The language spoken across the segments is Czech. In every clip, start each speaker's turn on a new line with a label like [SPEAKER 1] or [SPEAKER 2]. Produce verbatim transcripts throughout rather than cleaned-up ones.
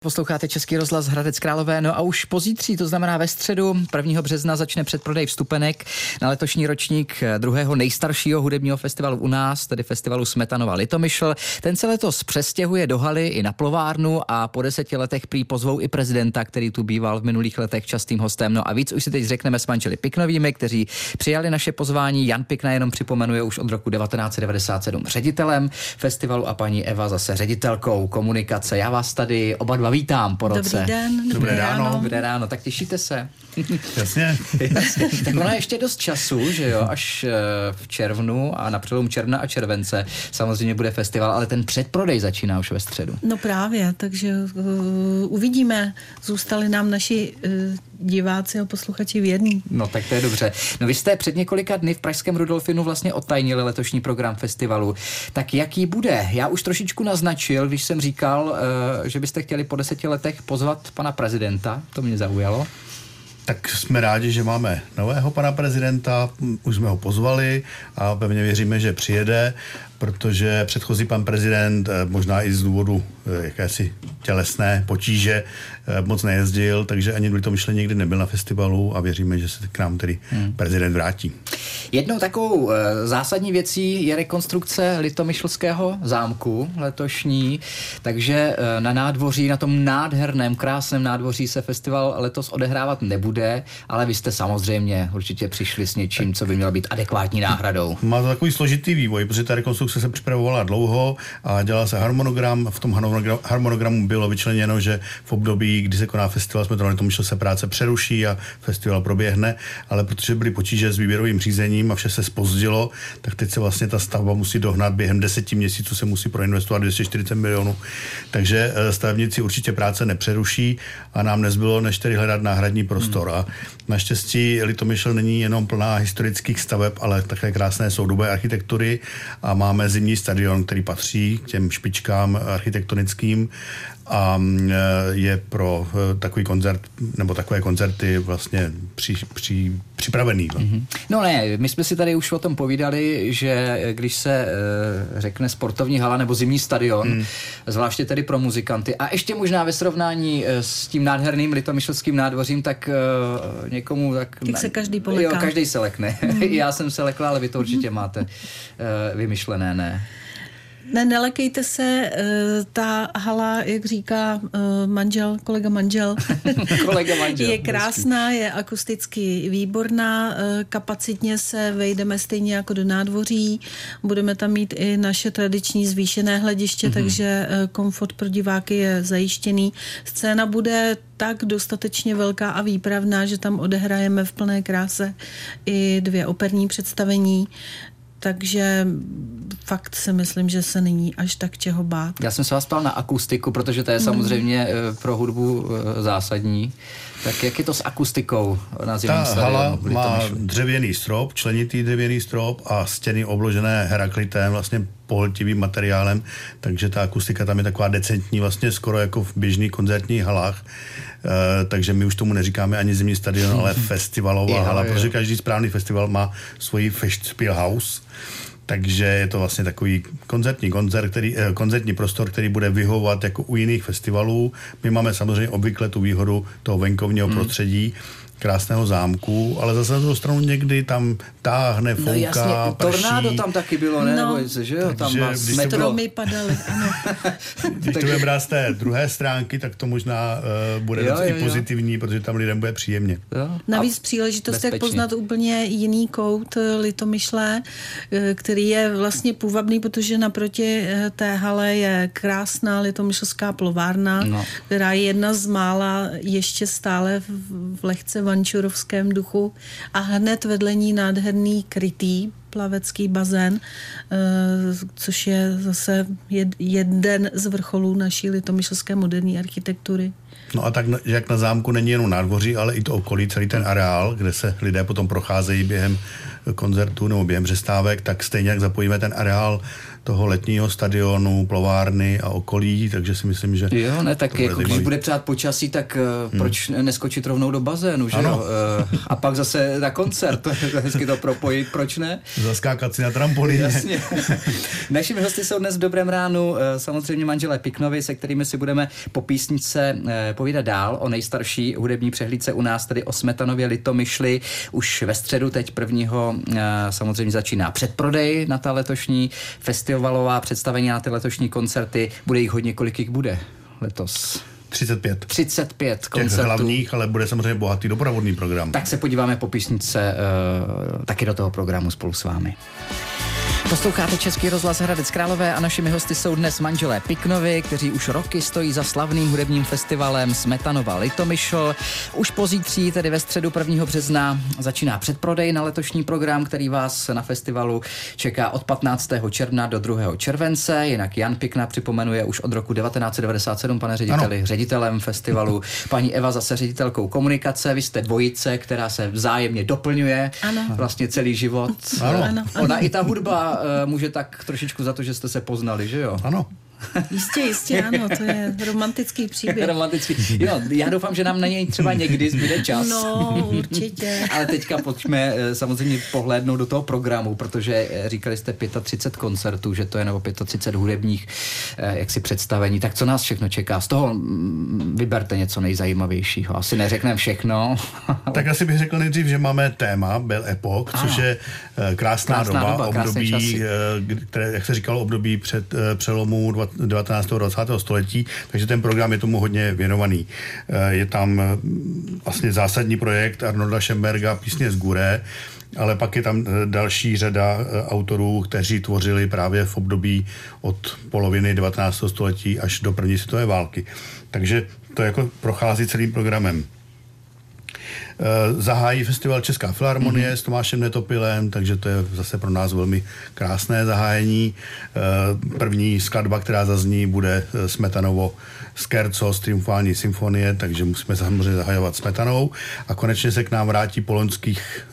[SPEAKER 1] Posloucháte Český rozhlas Hradec Králové, no a už pozítří, to znamená ve středu prvního března začne předprodej vstupenek na letošní ročník druhého nejstaršího hudebního festivalu u nás, tedy festivalu Smetanova Litomyšl. Ten se letos přestěhuje do haly i na plovárnu a po deseti letech prý pozvou i prezidenta, který tu býval v minulých letech častým hostem. No a víc už si teď řekneme s manželi Piknovými, kteří přijali naše pozvání. Jan Pikna jenom připomenuje už od roku devatenáct set devadesát sedm ředitelem festivalu a paní Eva zase ředitelkou komunikace. Já vás tady oba dva vítám po roce.
[SPEAKER 2] Dobrý den.
[SPEAKER 1] Dobré ráno. Dobré ráno, tak těšíte se?
[SPEAKER 3] Jasně.
[SPEAKER 1] Jasně. Tak ono je ještě dost času, že jo, až v červnu a na přelomu června a července samozřejmě bude festival, ale ten předprodej začíná už ve středu.
[SPEAKER 2] No právě, takže uh, uvidíme. Zůstali nám naši uh, diváci a posluchači věrní.
[SPEAKER 1] No tak to je dobře. No vy jste před několika dny v pražském Rudolfinu vlastně odtajnili letošní program festivalu. Tak jaký bude? Já už trošičku naznačil, když jsem říkal, uh, že byste chtěli po deseti letech pozvat pana prezidenta. To mě zaujalo.
[SPEAKER 3] Tak jsme rádi, že máme nového pana prezidenta, už jsme ho pozvali a pevně věříme, že přijede, protože předchozí pan prezident možná i z důvodu jakési tělesné potíže moc nejezdil, takže ani v Litomyšli nikdy nebyl na festivalu a věříme, že se k nám tedy hmm. prezident vrátí.
[SPEAKER 1] Jednou takovou uh, zásadní věcí je rekonstrukce Litomyšlského zámku letošní, takže uh, na nádvoří, na tom nádherném, krásném nádvoří se festival letos odehrávat nebude, ale vy jste samozřejmě určitě přišli s něčím, co by mělo být adekvátní náhradou.
[SPEAKER 3] Má to takový složitý vývoj, protože ta rekonstrukce se připravovala dlouho a dělal se harmonogram. V tom harmonogramu bylo vyčleněno, že v období, kdy se koná festival, jsme to na Litomyšl se práce přeruší a festival proběhne, ale protože byly potíže s výběrovým řízením a vše se zpozdilo, tak teď se vlastně ta stavba musí dohnat. Během deseti měsíců se musí proinvestovat dvě stě čtyřicet milionů. Takže stavebníci určitě práce nepřeruší a nám nezbylo než tedy hledat náhradní prostor. Hmm. A naštěstí Litomyšl není jenom plná historických staveb, ale také krásné soudobé architektury a máme zimní stadion, který patří k těm špičkám architektonickým a je pro takový koncert, nebo takové koncerty vlastně při, při, připravený.
[SPEAKER 1] Mm-hmm. No ne, my jsme si tady už o tom povídali, že když se e, řekne sportovní hala nebo zimní stadion, mm. zvláště tedy pro muzikanty a ještě možná ve srovnání e, s tím nádherným litomyšlským nádvořím, tak e, někomu tak...
[SPEAKER 2] Tak se každý poleká.
[SPEAKER 1] Jo, každý se lekne. Mm. Já jsem se lekla, ale vy to určitě máte e, vymyšlené, ne?
[SPEAKER 2] Ne, nelekejte se, ta hala, jak říká manžel, kolega manžel,
[SPEAKER 1] kolega manžel
[SPEAKER 2] je krásná, je akusticky výborná, kapacitně se vejdeme stejně jako do nádvoří, budeme tam mít i naše tradiční zvýšené hlediště, mm-hmm. takže komfort pro diváky je zajištěný. Scéna bude tak dostatečně velká a výpravná, že tam odehrajeme v plné kráse i dvě operní představení. Takže fakt si myslím, že se není až tak čeho bát.
[SPEAKER 1] Já jsem se vás ptal na akustiku, protože to je samozřejmě mm. pro hudbu zásadní. Tak jak je to s akustikou na zimním stadionu?
[SPEAKER 3] Ta hala má dřevěný strop, členitý dřevěný strop a stěny obložené heraklitem, vlastně pohltivým materiálem, takže ta akustika tam je taková decentní, vlastně skoro jako v běžných koncertních halách. Uh, takže my už tomu neříkáme ani zimní stadion, ale festivalová jo, hala, jo. Protože každý správný festival má svoji Festspielhaus, takže je to vlastně takový koncertní koncert, který, eh, koncertní prostor, který bude vyhovovat jako u jiných festivalů. My máme samozřejmě obvykle tu výhodu toho venkovního hmm. prostředí, krásného zámku, ale zase na druhou stranu někdy tam táhne, fouká,
[SPEAKER 1] no jasně,
[SPEAKER 3] prší.
[SPEAKER 1] Tornádo tam taky bylo, ne?
[SPEAKER 2] No,
[SPEAKER 1] Nebo, že jo? Tam
[SPEAKER 2] jsme stromy padaly, ano.
[SPEAKER 3] Když to bude z té druhé stránky, tak to možná uh, bude jo, jo, i pozitivní, jo. Protože tam lidem bude příjemně.
[SPEAKER 2] Jo. Navíc příležitost, bezpečně. Jak poznat úplně jiný kout Litomyšle, který je vlastně půvabný, protože naproti té hale je krásná litomyšlská plovárna, no. která je jedna z mála ještě stále v, v lehce vančurovském duchu a hned vedle ní nádherný krytý plavecký bazén, což je zase jeden z vrcholů naší litomyšlské moderní architektury.
[SPEAKER 3] No a tak jak na zámku není jenom nádvoří, ale i to okolí, celý ten areál, kde se lidé potom procházejí během koncertu nebo během přestávek, tak stejně jak zapojíme ten areál toho letního stadionu, plovárny a okolí, takže si myslím, že...
[SPEAKER 1] Jo, ne, tak jako, když bude přát počasí, tak hmm. proč neskočit rovnou do bazénu, že ano. jo? A pak zase na koncert, hezky to propojit, proč ne?
[SPEAKER 3] Zaskákat si na trampolíně.
[SPEAKER 1] Jasně. Našimi hosty jsou dnes v Dobrém ránu samozřejmě manželé Piknovi, se kterými si budeme po písničce povídat dál o nejstarší hudební přehlídce u nás, tedy o Smetanově Litomyšli. Už ve středu teď prvního samozřejmě začíná předprodej na ta letošní festivalová představení, na ty letošní koncerty. Bude jich hodně, kolik jich bude letos?
[SPEAKER 3] třicet pět.
[SPEAKER 1] třicet pět koncertů.
[SPEAKER 3] Těch hlavních, ale bude samozřejmě bohatý doprovodný program.
[SPEAKER 1] Tak se podíváme po písničce uh, taky do toho programu spolu s vámi. Posloucháte Český rozhlas Hradec Králové a našimi hosty jsou dnes manželé Piknovi, kteří už roky stojí za slavným hudebním festivalem Smetanova Litomyšl. Už pozítří, tedy ve středu prvního března, začíná předprodej na letošní program, který vás na festivalu čeká od patnáctého června do druhého července. Jinak Jan Pikna připomenuje už od roku devatenáct set devadesát sedm, pane řediteli, ano. ředitelem festivalu. Paní Eva zase ředitelkou komunikace. Vy jste dvojice, která se vzájemně doplňuje ano. vlastně celý život.
[SPEAKER 3] Ano.
[SPEAKER 1] Ano. Ona i ta hudba může tak trošičku za to, že jste se poznali, že jo?
[SPEAKER 3] Ano.
[SPEAKER 2] Jistě, jistě, ano, to je romantický příběh.
[SPEAKER 1] romantický. Jo, já doufám, že nám na něj třeba někdy zbyde čas.
[SPEAKER 2] No, určitě.
[SPEAKER 1] Ale teďka pojďme samozřejmě pohlédnout do toho programu, protože říkali jste třicet pět koncertů, že to je nebo třicet pět hudebních jaksi představení. Tak co nás všechno čeká? Z toho vyberte něco nejzajímavějšího. Asi neřekneme všechno.
[SPEAKER 3] Tak asi bych řekl nejdřív, že máme téma Belle Époque, což je krásná, krásná doba, doba období, které, jak se říkalo, období před přelomu devatenáctého a dvacátého století, takže ten program je tomu hodně věnovaný. Je tam vlastně zásadní projekt Arnolda Schönberga Písně z Guré, ale pak je tam další řada autorů, kteří tvořili právě v období od poloviny devatenáctého století až do první světové války. Takže to jako prochází celým programem. Zahájí festival Česká filharmonie mm-hmm. s Tomášem Netopilem, takže to je zase pro nás velmi krásné zahájení. První skladba, která zazní, bude Smetanovo Scherzo z Triumfální symfonie, takže musíme samozřejmě zahajovat Smetanou. A konečně se k nám vrátí po loňských,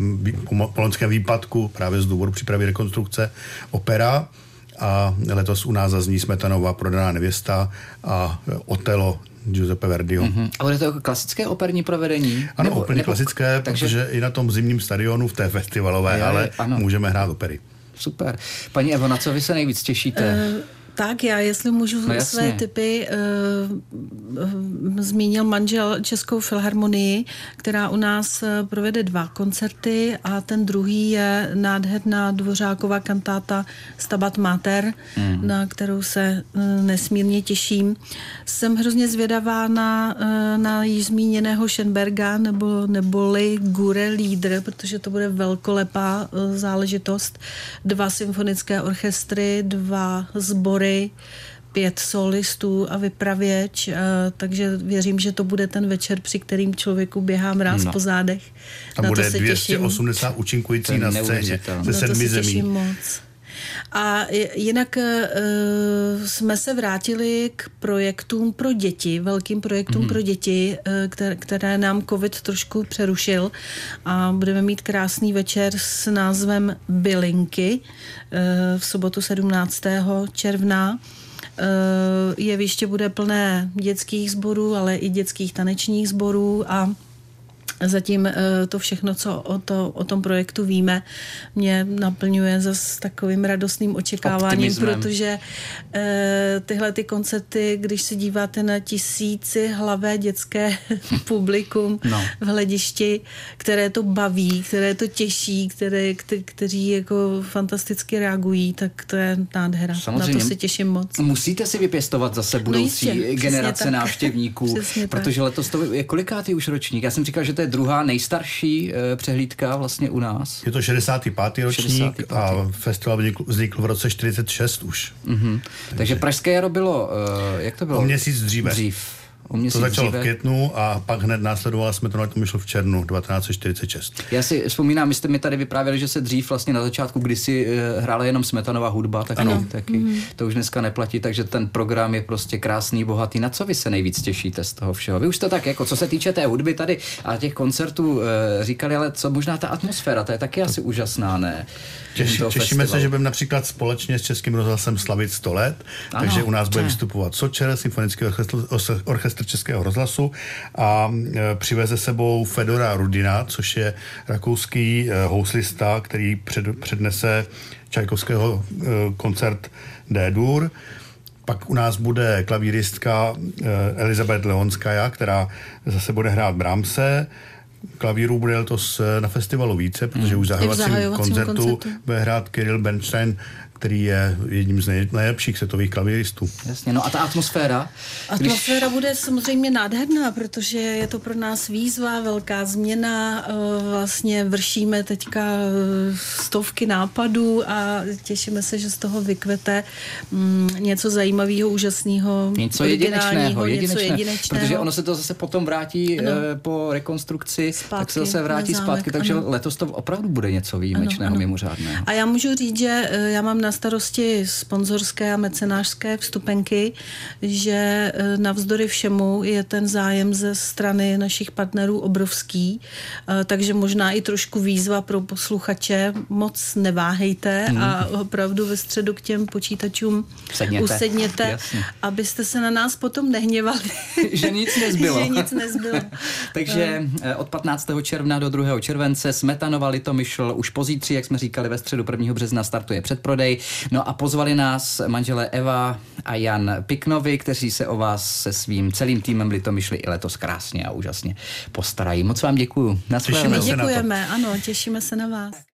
[SPEAKER 3] po loňském výpadku právě z důvodu přípravy rekonstrukce opera. A letos u nás zazní Smetanova Prodaná nevěsta a Otelo Giuseppe Verdiho. Mm-hmm.
[SPEAKER 1] A bude to jako klasické operní provedení?
[SPEAKER 3] Ano,
[SPEAKER 1] nebo,
[SPEAKER 3] úplně nebo, klasické, takže... protože i na tom zimním stadionu v té festivalové, je, ale ano. můžeme hrát opery.
[SPEAKER 1] Super. Paní Evo, na co vy se nejvíc těšíte? Uh...
[SPEAKER 2] Tak já, jestli můžu no své tipy, uh, uh, zmínil manžel Českou filharmonii, která u nás provede dva koncerty a ten druhý je nádherná Dvořákova kantáta Stabat Mater, mm. na kterou se uh, nesmírně těším. Jsem hrozně zvědavá na, uh, na již zmíněného Schönberga nebo, neboli Gure Lieder, protože to bude velkolepá uh, záležitost. Dva symfonické orchestry, dva sbory, pět solistů a vypravěč, takže věřím, že to bude ten večer, při kterým člověku běhá mráz no. po zádech.
[SPEAKER 3] A na bude to se dvě stě osmdesát těším. Účinkující na scéně ze sedmi zemí.
[SPEAKER 2] Moc. A jinak uh, jsme se vrátili k projektům pro děti, velkým projektům mm. pro děti, které, které nám covid trošku přerušil a budeme mít krásný večer s názvem Bylinky uh, v sobotu sedmnáctého června. Uh, jeviště bude plné dětských sborů, ale i dětských tanečních sborů a zatím to všechno, co o, to, o tom projektu víme, mě naplňuje zase takovým radostným očekáváním, optimismem. Protože e, tyhle ty koncerty, když se díváte na tisíci hlavé dětské publikum no. v hledišti, které to baví, které to těší, které, kte, kteří jako fantasticky reagují, tak to je nádhera. Samozřejmě. Na to se těším moc.
[SPEAKER 1] Musíte si vypěstovat zase budoucí no jistě, generace návštěvníků, protože tak. Letos to je kolikátý už ročník? Já jsem říkal, že to je druhá nejstarší e, přehlídka vlastně u nás.
[SPEAKER 3] Je to šedesátý pátý ročník šedesátý pátý a festival vznikl, vznikl v roce čtyřicet šest už.
[SPEAKER 1] Mm-hmm. Takže, Takže Pražské jaro bylo, e, jak to bylo?
[SPEAKER 3] O měsíc dříve.
[SPEAKER 1] Dřív.
[SPEAKER 3] To začalo dříve v květnu a pak hned následovala Smetanova Litomyšl v červnu devatenáct set čtyřicet šest.
[SPEAKER 1] Já si vzpomínám, vy jste mi tady vyprávěli, že se dřív vlastně na začátku kdysi hrála jenom Smetanova hudba, tak ano. Taky mm. to už dneska neplatí, takže ten program je prostě krásný, bohatý. Na co vy se nejvíc těšíte z toho všeho? Vy už to tak, jako co se týče té hudby tady a těch koncertů říkali, ale co možná ta atmosféra, to je taky asi úžasná, ne?
[SPEAKER 3] Těší, těšíme se, že budeme například společně s Českým rozhlasem slavit sto let, ano, takže u nás bude vystupovat Sočer, Symfonický orchestr, orchestr Českého rozhlasu a e, přiveze sebou Fedora Rudina, což je rakouský e, houslista, který před, přednese Čajkovského e, koncert D-dur. Pak u nás bude klavíristka e, Elizabeth Leonskaja, která zase bude hrát Brahmse. Klavírů bude letos na festivalu více, protože už v zahajovacím koncertu, koncertu bude hrát Kirill Bernstein, který je jedním z nej, nejlepších světových klavíristů.
[SPEAKER 1] Jasně, no a ta atmosféra?
[SPEAKER 2] Atmosféra když... bude samozřejmě nádherná, protože je to pro nás výzva, velká změna, vlastně vršíme teďka stovky nápadů a těšíme se, že z toho vykvete něco zajímavého, úžasného,
[SPEAKER 1] něco jedinečného, jedinečného, něco jedinečného. Protože ono se to zase potom vrátí ano. po rekonstrukci, zpátky, tak se zase vrátí zámek, zpátky, takže ano. letos to opravdu bude něco výjimečného, ano, ano. mimořádného.
[SPEAKER 2] A já můžu říct, že já mám na starosti sponzorské a mecenářské vstupenky, že navzdory všemu je ten zájem ze strany našich partnerů obrovský, takže možná i trošku výzva pro posluchače, moc neváhejte hmm. a opravdu ve středu k těm počítačům
[SPEAKER 1] Sedněte.
[SPEAKER 2] usedněte, Jasně. abyste se na nás potom nehněvali.
[SPEAKER 1] že nic nezbylo.
[SPEAKER 2] že nic nezbylo.
[SPEAKER 1] Takže od patnáctého června do druhého července Smetanova Litomyšl už pozítří, jak jsme říkali, ve středu prvního března startuje předprodej. No a pozvali nás manželé Eva a Jan Piknovi, kteří se o vás se svým celým týmem Litomyšli i letos krásně a úžasně postarají. Moc vám děkuju.
[SPEAKER 2] My děkujeme, ano, těšíme se na vás.